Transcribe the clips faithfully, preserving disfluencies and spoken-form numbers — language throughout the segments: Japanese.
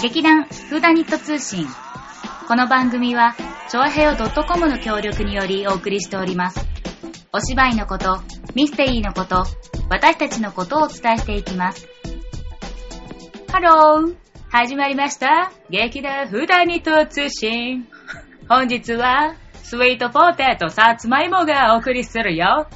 劇団フーダニット通信。この番組はチョアヘオ .com の協力によりお送りしております。お芝居のこと、ミステリーのこと、私たちのことをお伝えしていきます。ハロー、始まりました劇団フーダニット通信。本日はスイートポテトさつまいもがお送りするよ。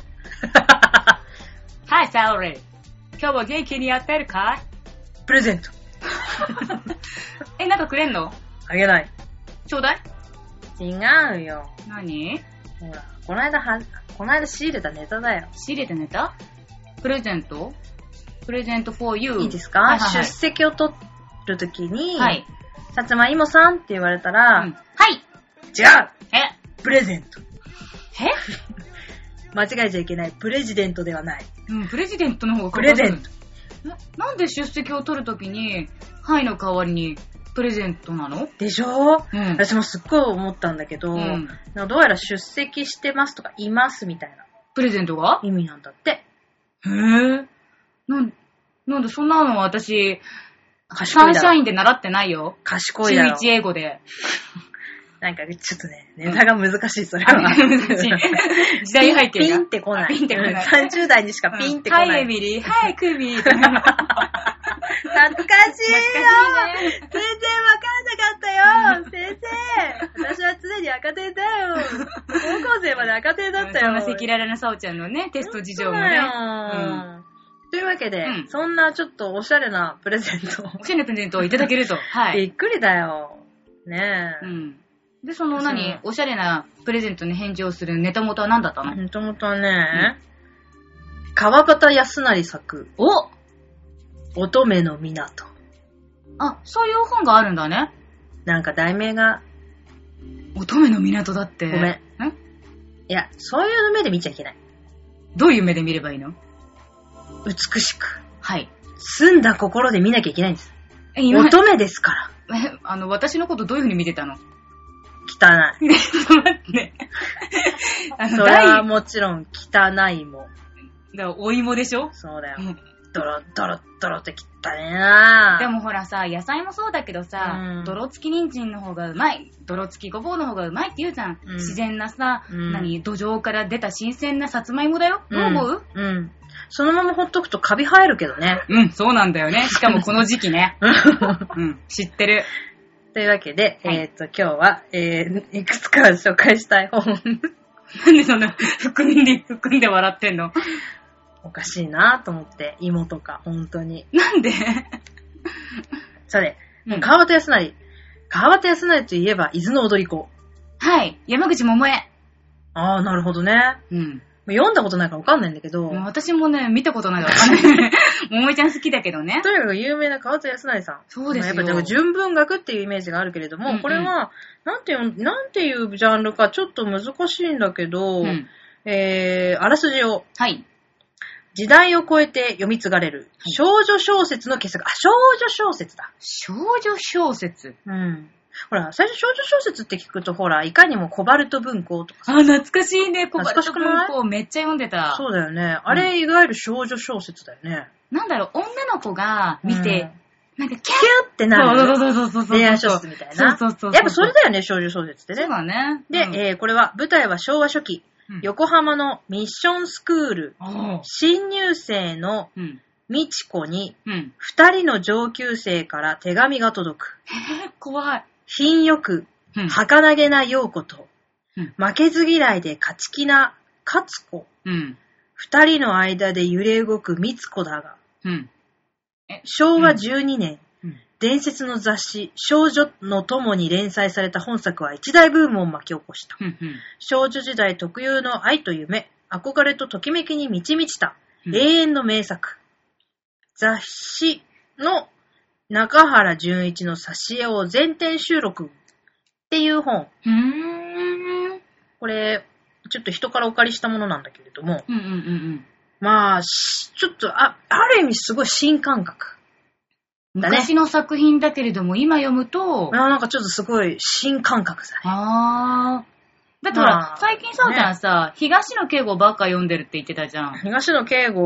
はい、サオリー、今日も元気にやってるかい？ プレゼント。 え、なんかくれんの？ あげない。 ちょうだい。 違うよ。 何？ ほら、この間は、この間仕入れたネタだよ。 仕入れたネタ？プレゼント？プレゼント for you。 いいですか？はいはいはい、出席を取るときに、 はい。 さつまいもさんって言われたら、うん、 はい。 違う！ え？ プレゼント。 え？ 間違えちゃいけない。プレジデントではない。 うん、プレジデントの方がプレゼント。 な、なんで出席を取るときに、はいの代わりにプレゼントなの？ でしょ？うん、私もすっごい思ったんだけど、うん、どうやら出席してますとかいますみたいな。 プレゼントが？ 意味なんだって。 へぇ。なん、なんでそんなの私、サンシャインで習ってないよ。 賢いだろ。 中いち英語で。 なんかちょっとね、ネタが難しい、それは。難しい。時代背景が。 ピンってこない。 ピンってこない。 さんじゅう代にしかピンってこない。 はい、エミリー。はい、クミー。 懐かしいよ。懐かしいね。全然わかんなかったよ。先生。私は常に赤点だよ。高校生まで赤点だったよ。 そんな赤裸々なさおちゃんのね、テスト事情もね。 うんというわけで、うん、そんなちょっとおしゃれなプレゼント。 おしゃれなプレゼントをいただけると。はい。 びっくりだよ。ねえ。うん。 で、その何、おしゃれなプレゼントに返事をするネタ元は何だったの？ ネタ元はね、うん、川端康成作。 お！ 乙女の港。 あ、そういう本があるんだね。 なんか題名が。 乙女の港だって。 ごめん。ん？いや、そういう目で見ちゃいけない。 どういう目で見ればいいの？ 美しく。 はい。 澄んだ心で見なきゃいけないんです。乙女ですから。 え、あの、私のことどういう風に見てたの？ 汚い。 ちょっと待って。 あのそれはもちろん汚いも。 だからお芋でしょ？ そうだよ。ドロドロドロって汚ねえなぁ。 でもほらさ、野菜もそうだけどさ、うん、泥付き人参の方がうまい、泥付きごぼうの方がうまいって言うじゃん。うん、自然なさ、うん、何、土壌から出た新鮮なさつまいもだよ。どう思う？ うん。うんそのままほっとくとカビ生えるけどね。 うん、そうなんだよね。しかもこの時期ね。うん、知ってる。 というわけで、はい、えっと、今日は、えー、いくつか紹介したい本。 なんでそんな、含んで、含んで笑ってんの？ おかしいなと思って、芋とか、本当に。 なんで？ さて、うん、川端康成。川端康成といえば、伊豆の踊り子。 はい、山口百恵。 ああ、なるほどね。うん。読んだことないからわかんないんだけど。 私もね、見たことないからわかんない。桃井ちゃん好きだけどね。 とにかく有名な川端康成さん。 そうですよ。 まあ、やっぱ純文学っていうイメージがあるけれども、うんうん、これは、なんていう、なんていうジャンルかちょっと難しいんだけど、うん、えー、あらすじを。 はい。 時代を超えて読み継がれる、少女小説の傑作。あ、少女小説だ。 少女小説。 うん。ほら、最初少女小説って聞くと、ほら、いかにもコバルト文庫とかさ。 あ、懐かしいね。コバルト文庫めっちゃ読んでた。 そうだよね。あれ、いわゆる少女小説だよね。 なんだろう、女の子が見て、うん、なんかキャーってなる。 そうそうそうそうそう。 恋愛小説みたいな。 そうそうそう。 やっぱそれだよね、少女小説ってね。 そうだね。 で、うん、えー、これは、舞台は昭和初期。うん、横浜のミッションスクール。新入生の美智子に、二人の上級生から手紙が届く。 へぇ、怖い。 品よく、うん、儚げな陽子と、うん、負けず嫌いで勝ち気な勝子、うん、二人の間で揺れ動く美津子だが、うん、昭和じゅうにねん、うん、伝説の雑誌少女の友に連載された本作は一大ブームを巻き起こした、うんうん、少女時代特有の愛と夢、憧れとときめきに満ち満ちた、うん、永遠の名作。雑誌の中原純一の挿絵を全編収録っていう本。 うーんこれ、ちょっと人からお借りしたものなんだけれども。 うんうんうんうん、 まあ、ちょっと、あ、ある意味すごい新感覚。 だね。昔の作品だけれども、今読むと。 あなんかちょっとすごい新感覚だね。 あー。だってほら、まあ、最近さおちゃんさ、ね、東野圭吾ばっか読んでるって言ってたじゃん。 東野圭吾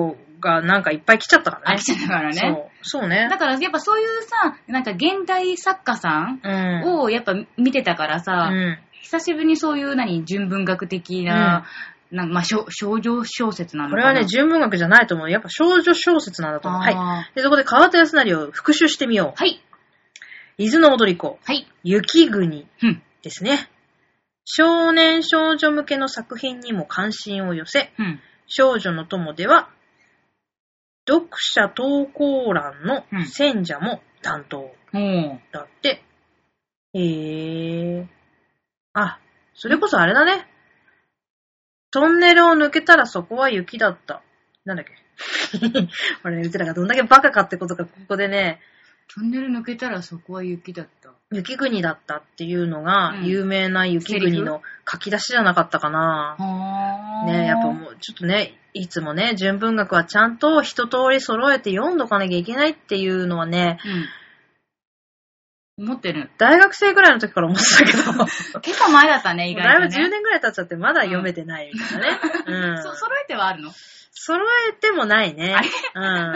がなんかいっぱい来ちゃったからね。 来ちゃったからね。 そう。そうね。 だからやっぱそういうさ、なんか現代作家さんをやっぱ見てたからさ、うん、久しぶりにそういう何、純文学的な、うん、なんまあ、少女小説なのかな。 これはね、純文学じゃないと思う。やっぱ少女小説なんだと思う。はい。で、そこで川戸康成を復習してみよう。 はい。 伊豆の踊り子。 はい。 雪国ですね。うん、少年少女向けの作品にも関心を寄せ、うん、少女の友では、読者投稿欄の選者も担当だって。うん、へー。あ、それこそあれだね。トンネルを抜けたらそこは雪だった。なんだっけこれね、うちらがどんだけバカかってことか、ここでね。 トンネル抜けたらそこは雪だった。 雪国だったっていうのが、有名な雪国の書き出しじゃなかったかな。うん、ね、やっぱもうちょっとね、いつもね、純文学はちゃんと一通り揃えて読んどかなきゃいけないっていうのはね、 うん、思ってる。 大学生ぐらいの時から思ってたけど。 結構前だったね、意外と、ね。 だいぶじゅうねんぐらい経っちゃってまだ読めてないみたいなね。 うん。そ、揃えてはあるの？ 揃えてもないね。うん。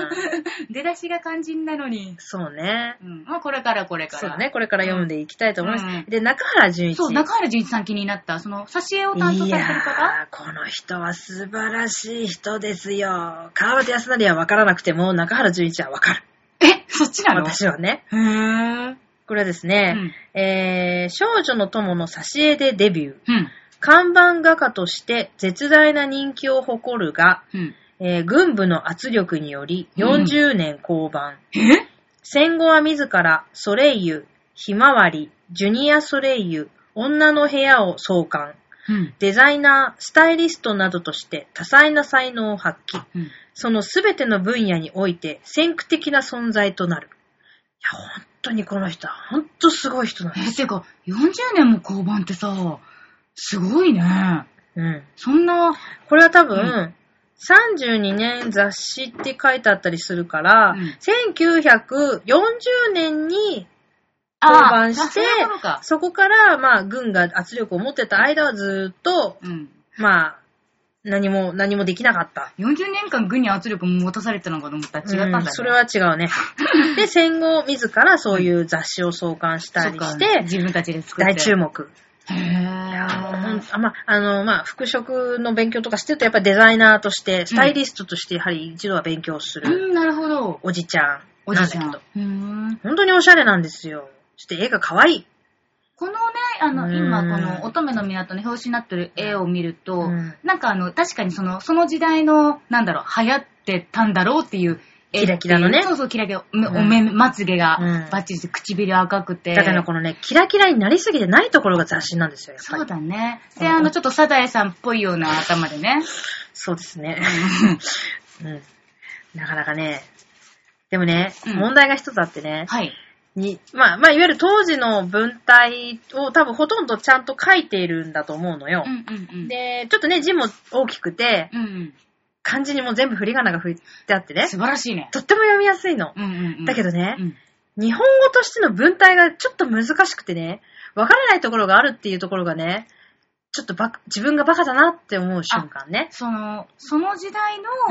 出だしが肝心なのに。 そうね。 うん。まあこれからこれから。 そうね。これから読んでいきたいと思います。うん、で、中原淳一。 そう、中原淳一さん気になった。その、挿絵を担当されてる方？ いやー、この人は素晴らしい人ですよ。川端康成は分からなくても、中原淳一は分かる。 え、そっちなの？ 私はね。 へー。 これはですね、うん、えー、少女の友の挿絵でデビュー。 うん。 看板画家として絶大な人気を誇るが、うんえー、軍部の圧力によりよんじゅうねん降板、 うん、え戦後は自らソレイユ、ひまわり、ジュニアソレイユ、女の部屋を創刊、うん、デザイナー、スタイリストなどとして多彩な才能を発揮、うん、そのすべての分野において先駆的な存在となる。いや、本当にこの人は本当すごい人なんです。 え、てかよんじゅうねんも降板ってさ、すごいね。 うん。 そんな、 これは多分、うん、さんじゅうにねん雑誌って書いてあったりするから、うん、せんきゅうひゃくよんじゅうねんに降板して、そこからまあ軍が圧力を持ってた間はずっと、うん、まあ何も何もできなかった。 よんじゅうねんかん軍に圧力を持たされてたのかと思ったら違ったんだね。うん、 それは違うね。で戦後自らそういう雑誌を創刊したりして、 自分たちで作って大注目。 へー。 あまあのまあ服飾の勉強とかしてるとやっぱりデザイナーとしてスタイリストとしてやはり一度は勉強する、 うん、なるほど。 おじちゃんなんだけど、 うーん、 本当におしゃれなんですよ。そして絵が可愛い。 このね、あの、今、この、乙女の港の表紙になってる絵を見ると、うん、なんかあの、確かにその、その時代の、なんだろう、流行ってたんだろうっていう絵。 キラキラのね。 そうそう、キラキラ、うん、お目、まつげがバッチリして、唇赤くて。 だからこのね、キラキラになりすぎてないところが斬新なんですよ、やっぱり。 そうだね。で、あの、ちょっとサザエさんっぽいような頭でね。 そうですね。うん。なかなかね。でもね、うん、問題が一つあってね。 はい。 に、まあ、まあ、いわゆる当時の文体を多分ほとんどちゃんと書いているんだと思うのよ。 うんうんうん、 で、ちょっとね、字も大きくて、 うんうん、 漢字にも全部振り仮名が振ってあってね。 素晴らしいね。 とっても読みやすいの。 うんうんうん、 だけどね、 うん、 日本語としての文体がちょっと難しくてね、わからないところがあるっていうところがね、ちょっとば自分がバカだなって思う瞬間ね。 その、その時代の、 うん、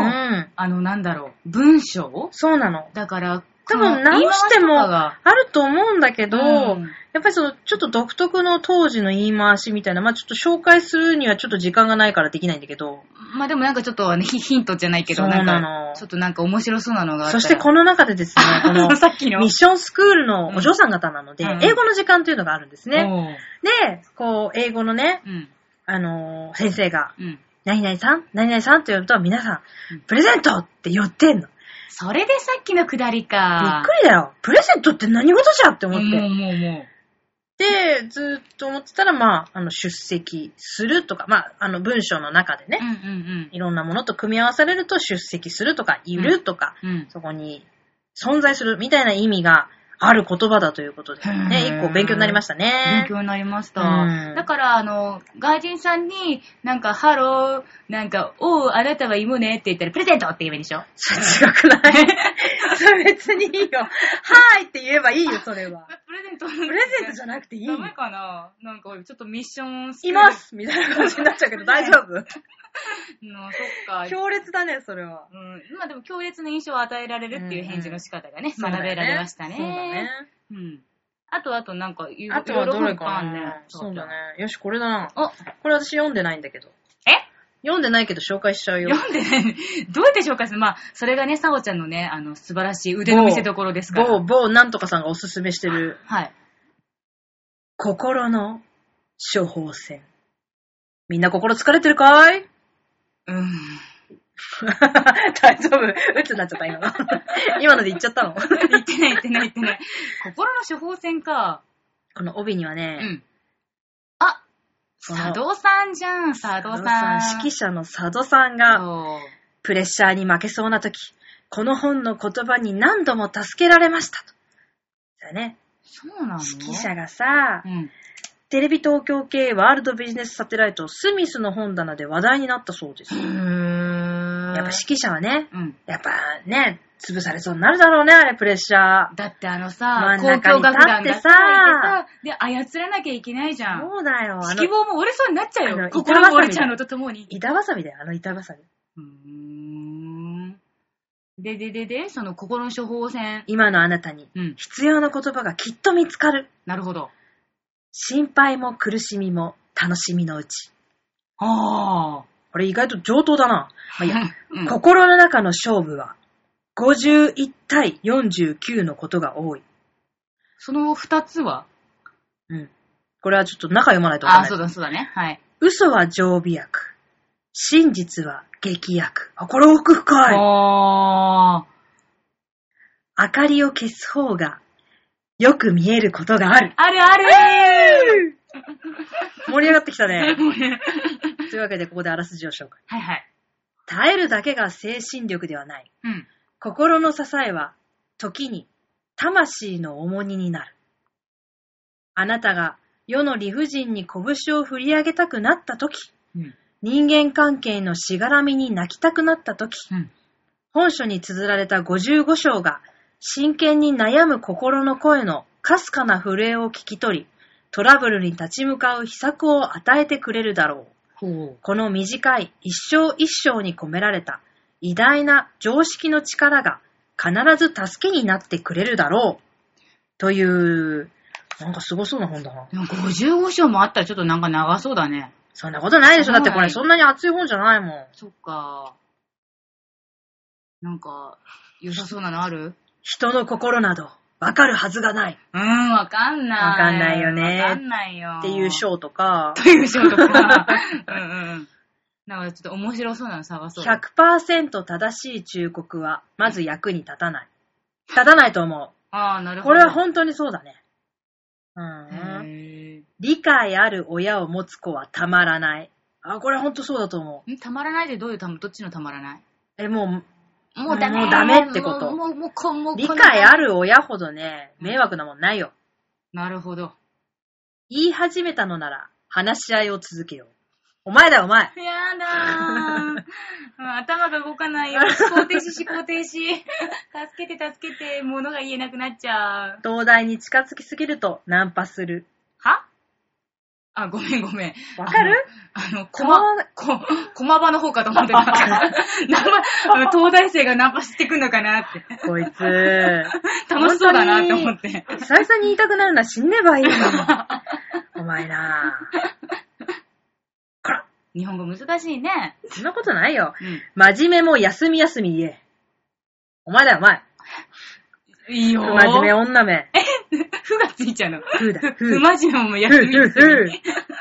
あの、なんだろう、文章？ そうなの。 だから、 多分直してもあると思うんだけど、うん、やっぱりそのちょっと独特の当時の言い回しみたいな、まあちょっと紹介するにはちょっと時間がないからできないんだけど。 まあでもなんかちょっと、ね、ヒントじゃないけど、 そうなの。 なんかちょっとなんか面白そうなのがあったら。 そしてこの中でですね、このさっきのミッションスクールのお嬢さん方なので、うん、英語の時間というのがあるんですね。 うん、 で、こう英語のね、 うん、 あのー、先生が、 うん、 何々さん何々さんと呼ぶと皆さん、プレゼントって言ってんの。 それでさっきのくだりか。 びっくりだよ。プレゼントって何事じゃって思って。 もうもうもう。 で、ずっと思ってたら、まあ、あの、出席するとか、まあ、あの、文章の中でね、 うんうんうん、 いろんなものと組み合わされると出席するとか、いるとか、 うんうん、 そこに存在するみたいな意味がある言葉だということで、ね、一個勉強になりましたね。 勉強になりました。だから、あの、外人さんに、なんか、ハロー、なんか、おう、あなたは芋ねって言ったら、プレゼントって言えばいいでしょ？ それ違くない？それ別にいいよ。はーいって言えばいいよ、それは。 プレゼンント。プレゼントじゃなくていい。 ダメかな。なんか、ちょっとミッションいますみたいな感じになっちゃうけど、大丈夫の、そっか。 強烈だね、それは。 うん。まあでも、強烈な印象を与えられるっていう返事の仕方がね、うんうん、学べられましたね。 そうだね。 うん。あと、あと、なんか、 いろいろ。あとはどれかね。そうだね。よし、これだな。あ、これ私読んでないんだけど。 え読んでないけど紹介しちゃうよ。 読んでない。どうやって紹介する？まあ、それがね、さおちゃんのね、あの、素晴らしい腕の見せ所ですから。 某、某、なんとかさんがおすすめしてる。 はい。 心の処方箋。みんな心疲れてるかい？ うん。 大丈夫？うつになっちゃった今の。今ので言っちゃったの？ 言ってない言ってない言ってない。心の処方箋か。 この帯にはね、 うん。あ、佐渡さんじゃん、佐渡さん。 指揮者の佐渡さんが、プレッシャーに負けそうな時、この本の言葉に何度も助けられましたと。だね。 そうなの？ 指揮者がさ、 うん、 テレビ東京系ワールドビジネスサテライトスミスの本棚で話題になったそうです。 へー。 やっぱ指揮者はね、 うん、 やっぱね、潰されそうになるだろうね、あれプレッシャー。 だってあのさ、 交響楽団がさ、 で操らなきゃいけないじゃん。 そうだよ。 指揮棒も折れそうになっちゃうよ。心も折れちゃうのとともに。 板挟みだよ、あの板挟み。 うーん。でででで、その心の処方箋。 今のあなたに必要な言葉がきっと見つかる。 うん、なるほど。 心配も苦しみも楽しみのうち。 ああ。 これ意外と上等だな。まあ、いや、うん、心の中の勝負はごじゅういち対よんじゅうきゅうのことが多い。 その二つは？ うん。これはちょっと中読まないとわかんない。 あ、そうだそうだね。はい。 嘘は常備薬。真実は劇薬。あ、これ奥深い。 ああ。 明かりを消す方がよく見えることがある。 あるあるー盛り上がってきたね。というわけでここであらすじを紹介。 はいはい。 耐えるだけが精神力ではない。 うん。 心の支えは時に魂の重荷になる。あなたが世の理不尽に拳を振り上げたくなったとき、うん、人間関係のしがらみに泣きたくなったとき、うん、本書に綴られたごじゅうご章が真剣に悩む心の声のかすかな震えを聞き取り、トラブルに立ち向かう秘策を与えてくれるだろう。この短い一章一章に込められた偉大な常識の力が必ず助けになってくれるだろう。という、なんかすごそうな本だな。 でもごじゅうご章もあったらちょっとなんか長そうだね。 そんなことないでしょ。だってこれそんなに熱い本じゃないもん。 そっか。なんか、良さそうなのある？ 人の心などわかるはずがない。 うーん、わかんない。 わかんないよね。 わかんないよ。 っていう章とか。 という章とか。うんうん。なんかちょっと面白そうなの探そう。 ひゃくパーセント 正しい忠告は、まず役に立たない。立たないと思う。 ああ、なるほど。 これは本当にそうだね。うん。理解ある親を持つ子はたまらない。あ、これは本当そうだと思う。 んたまらないでどういうた、どっちのたまらない？ え、もう、 もうダメ。 もうダメってこと。 もう、もう、こもう、 理解ある親ほどね、迷惑なもんないよ。 なるほど。 言い始めたのなら、話し合いを続けよう。お前だよ、お前。 やだー。頭が動かないよ。思考停止、思考停止。助けて、助けて、物が言えなくなっちゃう。 東大に近づきすぎるとナンパする。 は？あ、ごめんごめん。 わかる？ あの、こま、こ、駒場の方かと思ってた。ナンパ、あの、東大生がナンパしてくんのかなって。 こいつ。 楽しそうだなって思って。 久々に言いたくなるのは死ねばいいの。お前なぁ。こら。 日本語難しいね。 そんなことないよ。うん、真面目も休み休み言え。お前だよ、お前。 いいよ。 不真面目女め。 え、ふがついちゃうの。 ふだ、ふ。 不真面目も休み休み。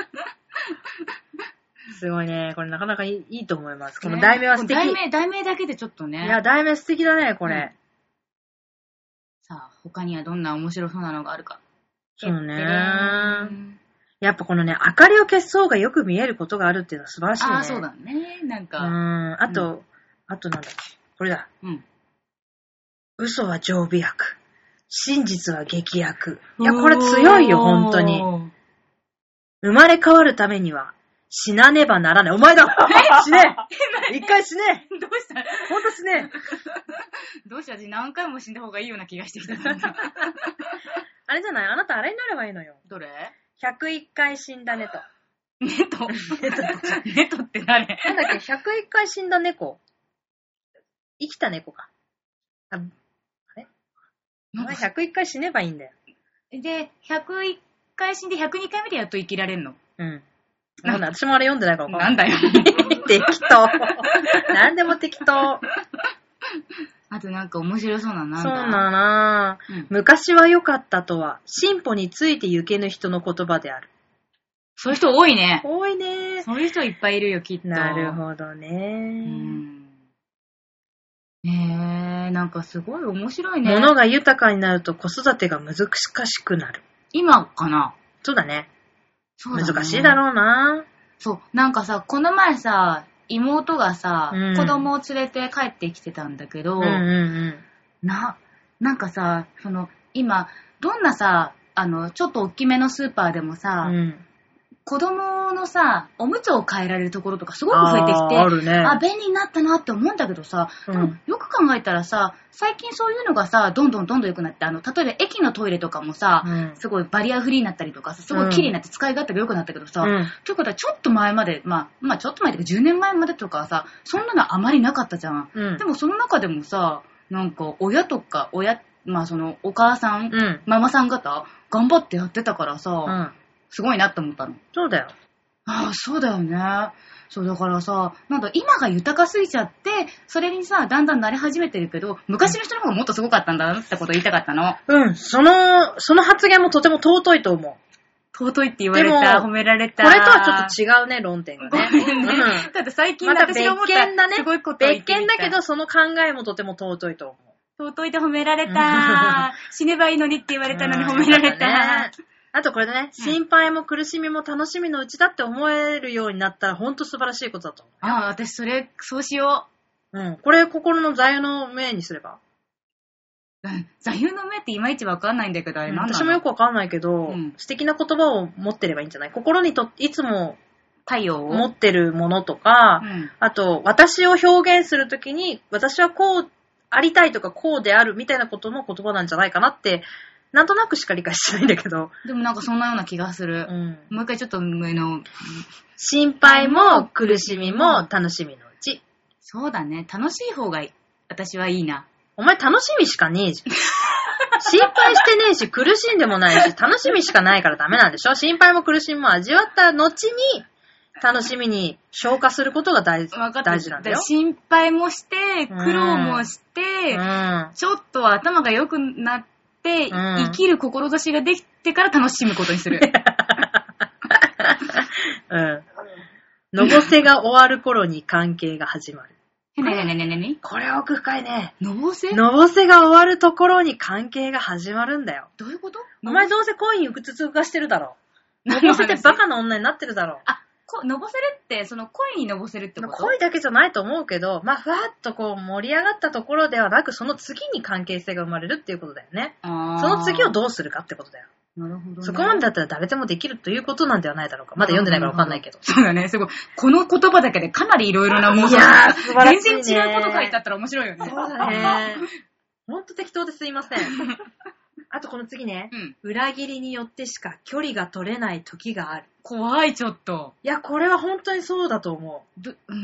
すごいね。これなかなかいい、いいと思います。この題名は素敵。 題名、題名だけでちょっとね。 いや、題名素敵だね、これ。うん、 さあ、他にはどんな面白そうなのがあるか。 そうね。やっぱこのね、明かりを消す方がよく見えることがあるっていうのは素晴らしいね。 ああ、そうだね。なんか。 うん。あと、うん、あとなんだっけ。これだ。 うん。 嘘は常備薬。真実は劇薬。いや、これ強いよ、本当に。生まれ変わるためには、死なねばならない。お前だ死ね一回死ねどうしたほんと死ねどうした私何回も死んだ方がいいような気がしてきた。 あれじゃない？あなたあれになればいいのよ。 どれ？ ひゃくいっかい死んだネト。 ネトネトネトって誰？ なんだっけ？ ひゃくいっかい死んだ猫。生きた猫か。あ、あれ？お前ひゃくいっかい死ねばいいんだよ。 で、ひゃくいっかい死んでひゃくにかいめでやっと生きられんの。 うん。なんだ、私もあれ読んでないから分かんない。 なんだよ。 適当。なんでも適当。 あとなんか面白そうななんだ。 そうだなぁ、うん。昔は良かったとは、進歩について行けぬ人の言葉である。 そういう人多いね。 多いね。 そういう人いっぱいいるよ、きっと。 なるほどね。 うんねえ、なんかすごい面白いね。 物が豊かになると子育てが難しくなる。 今かな？ そうだね。 そうだね。 難しいだろうな。 そう、なんかさ、この前さ、妹がさ、うん、子供を連れて帰ってきてたんだけど、 うんうんうん、 な、なんかさ、その、今、どんなさ、あの、ちょっと大きめのスーパーでもさ、うん、子供のさ、おむつを変えられるところとかすごく増えてきて、 あ, あ, るね、 あ、便利になったなって思うんだけどさ、でも、うん、よく考えたらさ、最近そういうのがさ、どんどんどんどん良くなって、あの、例えば駅のトイレとかもさ、うん、すごいバリアフリーになったりとか、すごい綺麗になって使い勝手が良くなったけどさ、うん、ということはちょっと前まで、まあ、まあちょっと前とかじゅうねんまえまでとかはさ、そんなのあまりなかったじゃん。うん、でもその中でもさ、なんか親とか、親、まあそのお母さん、うん、ママさん方、頑張ってやってたからさ、うん、すごいなって思ったの。 そうだよ。 ああ、そうだよね。そうだからさ、なんだ、今が豊かすぎちゃって、それにさ、だんだん慣れ始めてるけど、昔の人の方がもっとすごかったんだなってことを言いたかったの。 うん、その、その発言もとても尊いと思う。 尊いって言われた、褒められた。 これとはちょっと違うね、論点がね。 ごめんね。うん、だって最近私が思った別件だね。 すごいことを言ってみた。 別件だけど、その考えもとても尊いと思う。尊いと褒められた。死ねばいいのにって言われたのに褒められた。 あとこれでね、心配も苦しみも楽しみのうちだって思えるようになったらほんと素晴らしいことだと思う。 ああ、私それ、そうしよう。うん。これ心の座右の銘にすれば。 うん。座右の銘っていまいちわかんないんだけど、あれ何なの？ 私もよくわかんないけど、うん、素敵な言葉を持ってればいいんじゃない？心にと、いつも太陽を持ってるものとか、うん、あと、私を表現するときに、私はこうありたいとかこうであるみたいなことの言葉なんじゃないかなって、なんとなくしか理解してないんだけど。 でもなんかそんなような気がする。うん、もう一回ちょっと上の。 心配も苦しみも楽しみのうち。 そうだね。楽しい方がいい。私はいいな。 お前楽しみしかねえじゃん。心配してねえし、苦しんでもないし、楽しみしかないからダメなんでしょ？心配も苦しみも味わった後に、楽しみに消化することが大事、大事なんだよ。 心配もして、苦労もして、うん、ちょっと頭が良くなって、で、うん、生きる志ができてから楽しむことにする。 うん。のぼせが終わる頃に関係が始まる。 ねねねねねね。 これ奥深いね。 のぼせ？ のぼせが終わるところに関係が始まるんだよ。 どういうこと？ お前どうせ恋にうつつがしてるだろう。のぼせってバカな女になってるだろう。 あ、このぼせるって、その恋にのぼせるってこと？ 恋だけじゃないと思うけど、まあ、ふわっとこう盛り上がったところではなく、その次に関係性が生まれるっていうことだよね。その次をどうするかってことだよ。 なるほどね。 そこまでだったら誰でもできるということなんではないだろうか。まだ読んでないからわかんないけど。 そうだね、すごい。この言葉だけでかなりいろいろな妄想。いやー、素晴らしいね。全然違うこと書いてあったら面白いよね。 そうだね。ほんと適当ですいません。あとこの次ね、うん、裏切りによってしか距離が取れない時がある。 怖い、ちょっと。 いや、これは本当にそうだと思う。 ど、うん、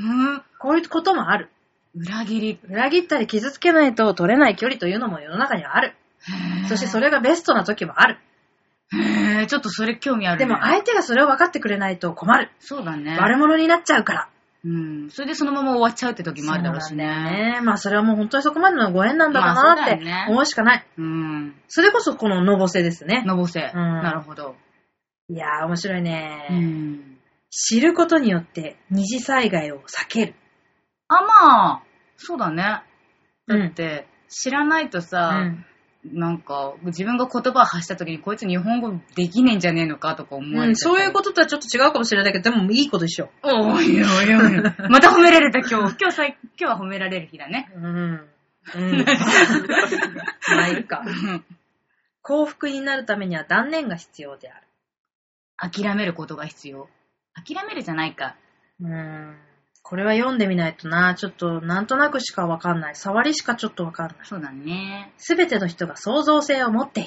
こういうこともある。 裏切り。 裏切ったり傷つけないと取れない距離というのも世の中にはある。そしてそれがベストな時もある。 へー、ちょっとそれ興味あるね。 でも相手がそれを分かってくれないと困る。 そうだね。 悪者になっちゃうから。 うん。それでそのまま終わっちゃうって時もあるだろうしね。そうだね。 まあそれはもう本当にそこまでのご縁なんだろうなって思うしかない。 うん。 それこそこののぼせですね。 のぼせ。うん。なるほど。 いやー面白いね。 うん。 知ることによって二次災害を避ける。 あ、まあ、そうだね。だって、うん、知らないとさ、うんなんか、自分が言葉を発した時にこいつ日本語できねえんじゃねえのかとか思われて、うん、 そういうこととはちょっと違うかもしれないけど、でもいいことでしょ。 おいおいおい。また褒められた今日。今日さ、今日は褒められる日だね。 うん。うん。まあいいか。幸福になるためには断念が必要である。 諦めることが必要。諦めるじゃないか。 うーん。これは読んでみないとな、ちょっとなんとなくしかわかんない。触りしかちょっとわかんない。 そうだね。 すべての人が創造性を持っている。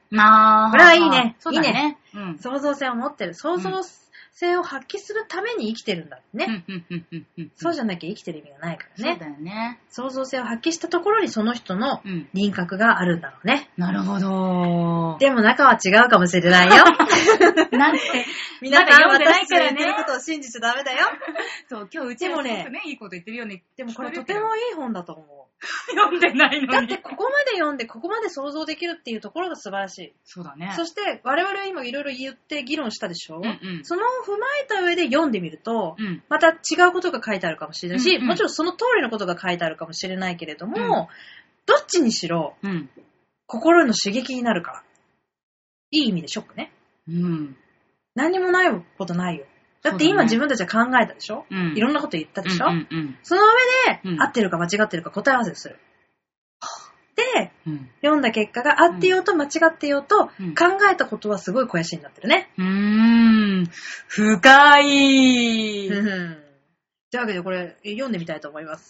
ああ。 これはいいね。 そうだね。 いいね。 うん。 創造性を持ってる。創造性を発揮するために生きてるんだってね。そうじゃなきゃ生きてる意味がないからね。 そうだよね。 創造性を発揮したところにその人の輪郭があるんだろうね。 うん、なるほど。 でも中は違うかもしれないよ。 なんて。 皆さん、私たちが言ってることを信じちゃダメだよ。 そう、今日うちもね、いいこと言ってるよね。 でもこれとてもいい本だと思う。 読んでないのに。 だってここまで読んで、ここまで想像できるっていうところが素晴らしい。 そうだね。 そして我々は今いろいろ言って議論したでしょ、うんうん、そのを踏まえた上で読んでみると、うん、また違うことが書いてあるかもしれないし、うんうん、もちろんその通りのことが書いてあるかもしれないけれども、うん、どっちにしろ、うん、心の刺激になるから。いい意味でショックね。うん、何にもないことないよ。だって今自分たちは考えたでしょ、うん、いろんなこと言ったでしょ、うんうんうん、その上で、うん、合ってるか間違ってるか答え合わせをする。で、うん、読んだ結果が合ってようと間違ってようと、うん、考えたことはすごい肥やしになってるね。 うーん。深い。 というわけでこれ読んでみたいと思います。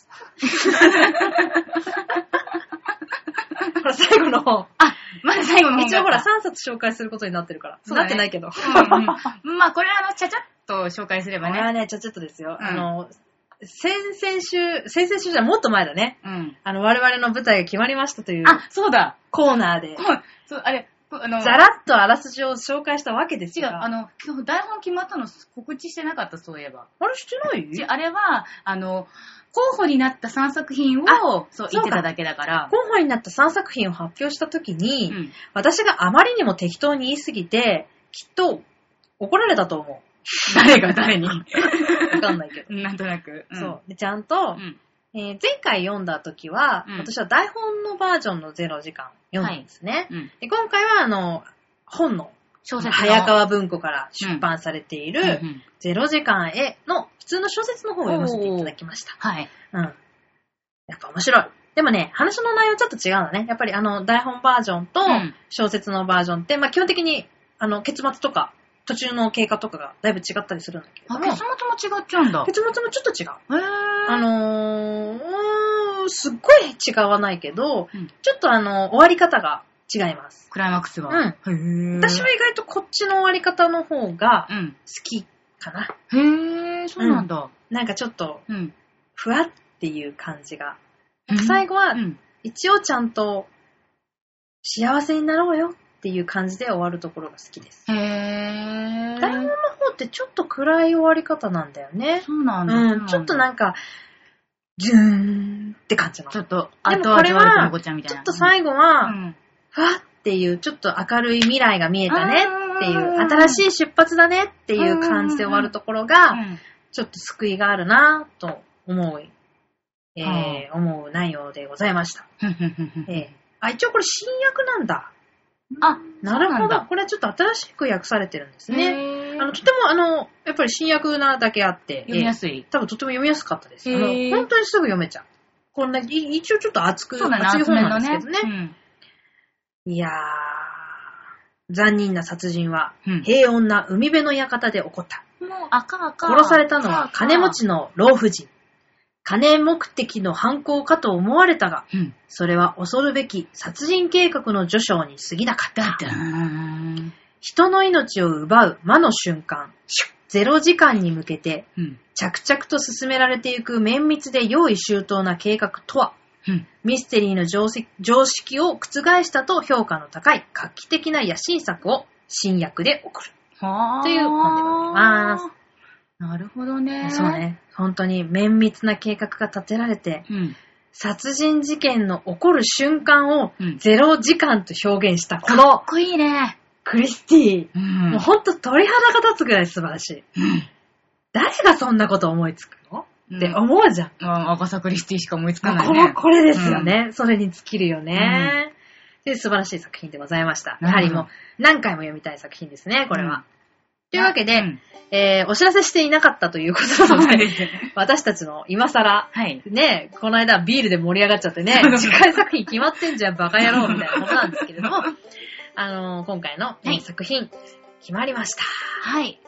ほら最後の方。 あ、まだ最後の方。 一応ほらさんさつ紹介することになってるから。そうだね、なってないけど。 うんうん、まあこれはあのちゃちゃっと紹介すればね。 これはね、ちゃちゃっとですよ。うん、あの、先々週、先々週じゃもっと前だね。うん。あの、我々の舞台が決まりましたという。 あ、そうだ。 コーナーで。 そう、あれ、あの、 ざらっとあらすじを紹介したわけですよ。 違う、あの、今日台本決まったの告知してなかった、そういえば。 あれしてない？ あれは、あの、候補になったさんさく品を、そう、言ってただけだから。 候補になったさんさく品を発表したときに、うん、私があまりにも適当に言いすぎて、きっと怒られたと思う。 誰が誰にわかんないけど。 なんとなく。 うん、そう。で、ちゃんと、うんえー、前回読んだ時は、うん、私は台本のバージョンのゼロじかん読んだんですね。はいうん、で今回は、あの、本の、小説早川文庫から出版されている、ゼロじかんへの普通の小説の方を読ませていただきました。 はい。 うん。やっぱ面白い。でもね、話の内容ちょっと違うのね。やっぱりあの、台本バージョンと小説のバージョンって、まあ基本的に、あの、結末とか、途中の経過とかがだいぶ違ったりするんだけど。 あ、結末も違っちゃうんだ。 結末もちょっと違う。 へー。 あのー、すっごい違わないけど、うん、ちょっとあの、終わり方が違います。 クライマックスは。 うん。へー。私は意外とこっちの終わり方の方が好きかな。 うん、へー、そうなんだ。 うん、なんかちょっと、うん、ふわっていう感じが。うん、最後は、うん、一応ちゃんと幸せになろうよっていう感じで終わるところが好きです。 へー。 台本の方ってちょっと暗い終わり方なんだよね。 そうなんだ。 うん、ちょっとなんか、ジューンって感じの。 ちょっと、 でもこれは、ちょっと最後は、うん、ふわっていう、ちょっと明るい未来が見えたねっていう、新しい出発だねっていう感じで終わるところが、ちょっと救いがあるなぁと思う、えー、思う内容でございました。えー、あ、一応これ新訳なんだ。 あ、 なるほど。これちょっと新しく訳されてるんですね。あの、とてもあの、やっぱり新訳なだけあって、 読みやすい。 多分とても読みやすかったです。あの、本当にすぐ読めちゃう。こんな、一応ちょっと熱く、 そうだね、 熱い本なんですけどね。 ねうん、いやー、残忍な殺人は、平穏な海辺の館で起こった。 もう赤赤。 殺されたのは金持ちの老婦人。金目的の犯行かと思われたが、うん、それは恐るべき殺人計画の序章に過ぎなかった。人の命を奪う魔の瞬間、ゼロ時間に向けて、うん、着々と進められていく綿密で用意周到な計画とは、うん、ミステリーの常識、常識を覆したと評価の高い画期的な野心作を新訳で送る。という本でございます。 なるほどね。 そうね。本当に綿密な計画が立てられて、うん、殺人事件の起こる瞬間をゼロ時間と表現したこの、 かっこいいね。 クリスティ、うん、もう本当鳥肌が立つぐらい素晴らしい。うん、誰がそんなこと思いつくの、うん、って思うじゃん。 あ、赤坂クリスティしか思いつかないね。 これ、これですよね。うん、それに尽きるよね、うん。で、素晴らしい作品でございました。やはりもう何回も読みたい作品ですね、これは。うん、というわけで、うんえー、お知らせしていなかったということなので、私たちの今更、はい、ね、この間ビールで盛り上がっちゃってね、次回作品決まってんじゃん、バカ野郎みたいなことなんですけれども、あのー、今回の、ねはい、作品、決まりました。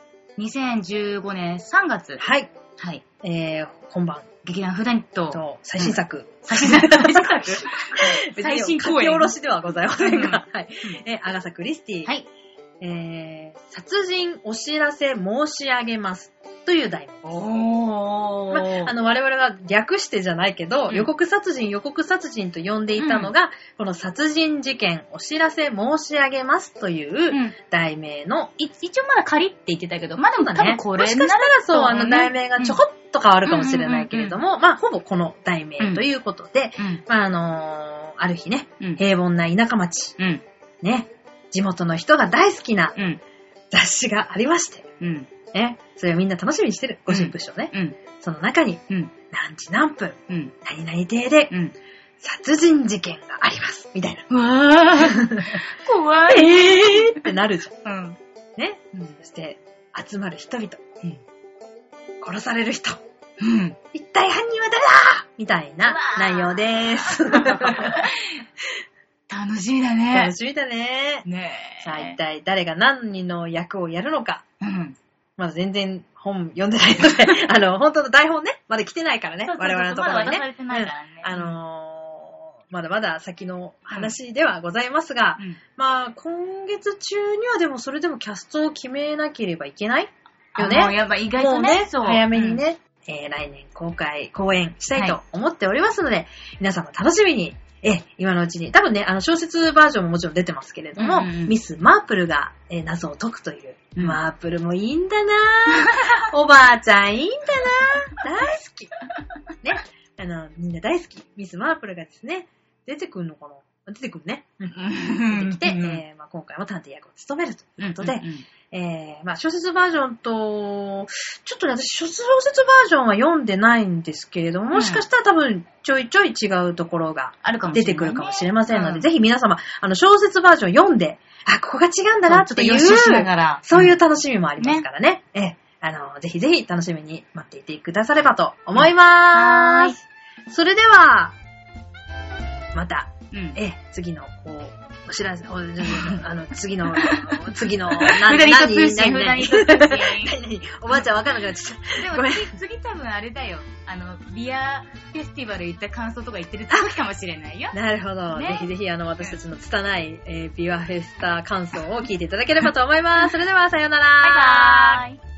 はい。にせんじゅうごねんさんがつ。 はい。 はい。 えー、本番劇団フーダニット。 そう、最新作。うん、 最新作最新作最新公演。書き下ろしではございませんが。はい。え、アガサ・クリスティ。 はい。 えー、殺人お知らせ申し上げます。という題名です。おー。ま、あの、我々が略してじゃないけど、うん、予告殺人、予告殺人と呼んでいたのが、うん、この殺人事件お知らせ申し上げますという題名の、うん、 一応まだ仮って言ってたけど、まあでも多分これになると、もしかしたらそう、あの題名がちょこっと変わるかもしれないけれども、まあほぼこの題名ということで、うん、まああのー、ある日ね、うん、平凡な田舎町、うん、ね、地元の人が大好きな雑誌がありまして、うんね、それをみんな楽しみにしてる。ゴシップ賞ね。うん、その中に、うん、何時何分、うん、何々亭で、うん、殺人事件があります。みたいな。 わー。怖い。 えーってなるじゃん。うん、ね、うん。そして、集まる人々。うん、殺される人。うん、一体犯人は誰だみたいな内容です。 楽しみだね。 楽しみだね。ねえ。さあ、一体誰が何の役をやるのか。うんまだ全然本読んでないので、あの、本当の台本ね、まだ来てないからね、そうそうそう我々のところにね。まだ渡されてないからね。うん、あのー、まだまだ先の話ではございますが、うん、まあ、今月中にはでもそれでもキャストを決めなければいけないよね。 もうやっぱ意外とね、 ねそう早めにね、うん、えー、来年公開、公演したいと思っておりますので、はい、皆さんも楽しみにえ、今のうちに、多分ね、あの、小説バージョンももちろん出てますけれども、うんうん、ミス・マープルが、えー、謎を解くという、うん。マープルもいいんだなぁ。おばあちゃんいいんだなぁ。大好き。ね。あの、みんな大好き。ミス・マープルがですね、出てくるのかな出てくるね。出てきて、えーまあ、今回も探偵役を務めるということで、うんうんうんえー、まあ小説バージョンと、ちょっとね、私小説バージョンは読んでないんですけれども、うん、もしかしたら多分ちょいちょい違うところが出てくるかもしれませんので、ねうん、ぜひ皆様、あの小説バージョン読んで、あ、ここが違うんだなっていう、そう、そういう楽しみもありますからね。うん、ねえー、あの、ぜひぜひ楽しみに待っていてくださればと思いまーす。うん、それでは、また、うん、え、次の、こう、お知らせ、おあの、次の、次の、 何、何、何、何、 おばあちゃんわかんなくなっちゃった。 でも次、次多分あれだよ。あの、ビアフェスティバル行った感想とか言ってる時かもしれないよ。 なるほど。ね、ぜひぜひ、あの、私たちの拙い、えー、ビアフェスタ感想を聞いていただければと思います。それでは、さようなら。 バイバーイ。